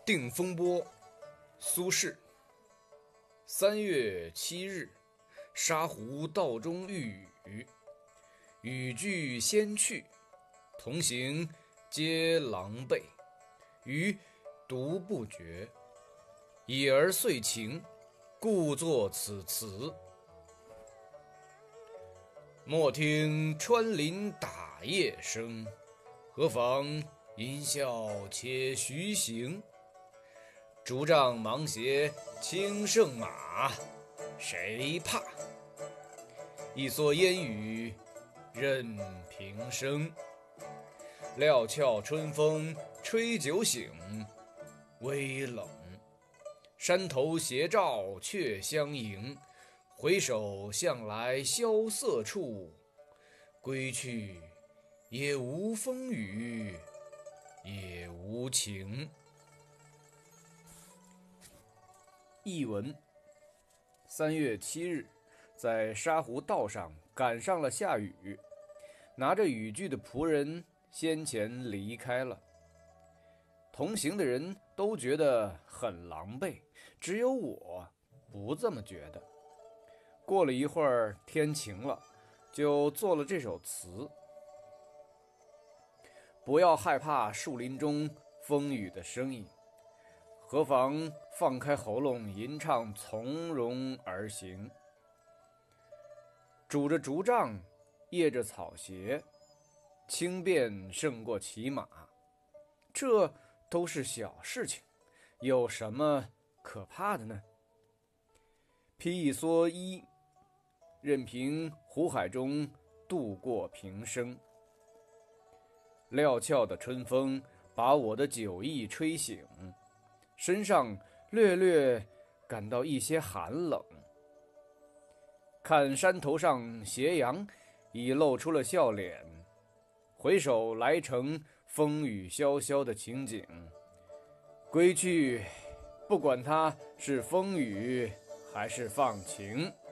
定风波，苏轼。3月7日，沙湖道中遇雨，雨具先去，同行皆狼狈。余独不觉，已而遂晴，故作此词。莫听穿林打叶声，何妨吟啸且徐行。竹杖芒鞋轻胜马，谁怕？一蓑烟雨任平生。料峭春风吹酒醒，微冷。山头斜照却相迎，回首向来萧瑟处。归去，也无风雨也无晴。译文：3月7日，在沙湖道上赶上了下雨，拿着雨具的仆人先前离开了。同行的人都觉得很狼狈，只有我不这么觉得。过了一会儿，天晴了，就做了这首词。不要害怕树林中风雨的声音，何妨放开喉咙吟唱，从容而行。拄着竹杖，掖着草鞋，轻便胜过骑马。这都是小事情，有什么可怕的呢？披一蓑衣，任凭湖海中度过平生。料峭的春风把我的酒意吹醒，身上略略感到一些寒冷。看山头上斜阳已露出了笑脸，回首来程风雨萧萧的情景，归去，不管它是风雨还是放晴。